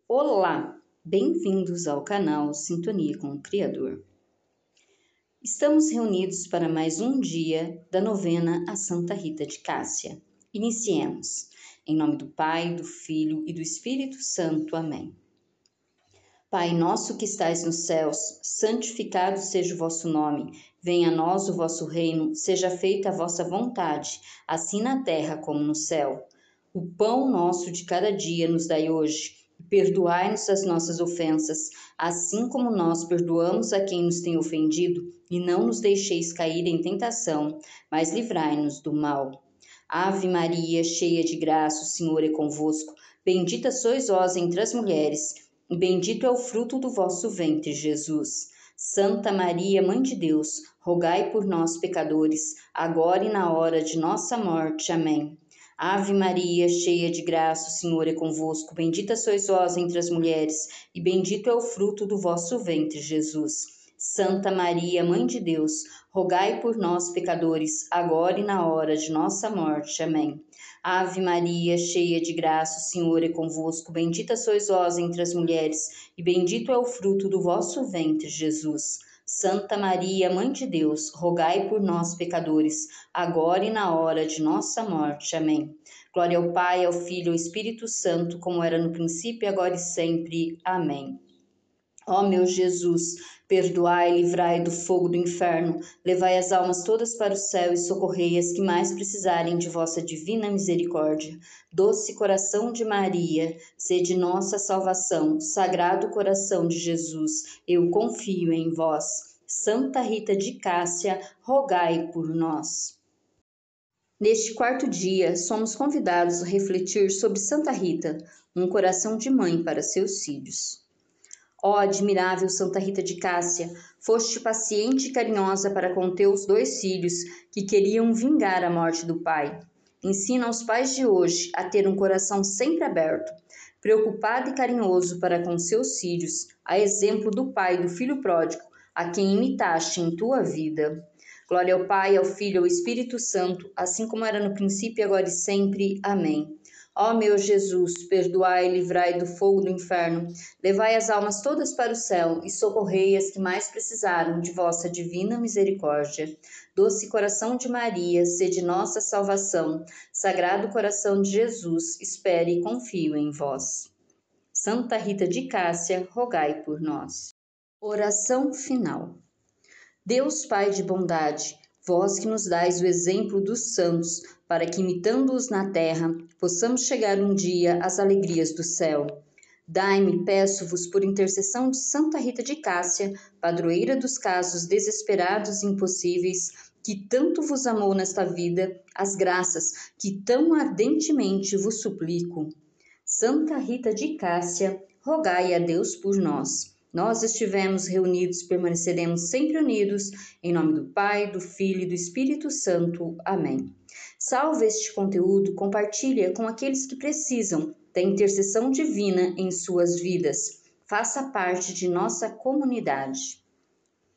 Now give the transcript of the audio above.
Olá, bem-vindos ao canal Sintonia com o Criador. Estamos reunidos para mais um dia da novena a Santa Rita de Cássia. Iniciemos. Em nome do Pai, do Filho e do Espírito Santo. Amém. Pai nosso que estais nos céus, santificado seja o vosso nome. Venha a nós o vosso reino, seja feita a vossa vontade, assim na terra como no céu. O pão nosso de cada dia nos dai hoje. Perdoai-nos as nossas ofensas, assim como nós perdoamos a quem nos tem ofendido, e não nos deixeis cair em tentação, mas livrai-nos do mal. Ave Maria, cheia de graça, o Senhor é convosco. Bendita sois vós entre as mulheres, e bendito é o fruto do vosso ventre, Jesus. Santa Maria, Mãe de Deus, rogai por nós, pecadores, agora e na hora de nossa morte. Amém. Ave Maria, cheia de graça, o Senhor é convosco. Bendita sois vós entre as mulheres, e bendito é o fruto do vosso ventre, Jesus. Santa Maria, Mãe de Deus, rogai por nós, pecadores, agora e na hora de nossa morte. Amém. Ave Maria, cheia de graça, o Senhor é convosco. Bendita sois vós entre as mulheres, e bendito é o fruto do vosso ventre, Jesus. Santa Maria, Mãe de Deus, rogai por nós, pecadores, agora e na hora de nossa morte. Amém. Glória ao Pai, ao Filho e ao Espírito Santo, como era no princípio, agora e sempre. Amém. Ó meu Jesus, perdoai e livrai do fogo do inferno, levai as almas todas para o céu e socorrei as que mais precisarem de vossa divina misericórdia. Doce coração de Maria, sede nossa salvação. Sagrado coração de Jesus, eu confio em vós. Santa Rita de Cássia, rogai por nós. Neste quarto dia, somos convidados a refletir sobre Santa Rita, um coração de mãe para seus filhos. Ó admirável Santa Rita de Cássia, foste paciente e carinhosa para com teus 2 filhos que queriam vingar a morte do pai. Ensina aos pais de hoje a ter um coração sempre aberto, preocupado e carinhoso para com seus filhos, a exemplo do pai do filho pródigo, a quem imitaste em tua vida. Glória ao Pai, ao Filho e ao Espírito Santo, assim como era no princípio, agora e sempre. Amém. Ó meu Jesus, perdoai e livrai do fogo do inferno, levai as almas todas para o céu e socorrei as que mais precisaram de vossa divina misericórdia. Doce coração de Maria, sede nossa salvação. Sagrado coração de Jesus, espere e confio em vós. Santa Rita de Cássia, rogai por nós. Oração final. Deus Pai de bondade, vós que nos dais o exemplo dos santos, para que, imitando-os na terra, possamos chegar um dia às alegrias do céu. Dai-me, peço-vos, por intercessão de Santa Rita de Cássia, padroeira dos casos desesperados e impossíveis, que tanto vos amou nesta vida, as graças que tão ardentemente vos suplico. Santa Rita de Cássia, rogai a Deus por nós. Nós estivemos reunidos, permaneceremos sempre unidos, em nome do Pai, do Filho e do Espírito Santo. Amém. Salve este conteúdo, compartilha com aqueles que precisam da intercessão divina em suas vidas. Faça parte de nossa comunidade.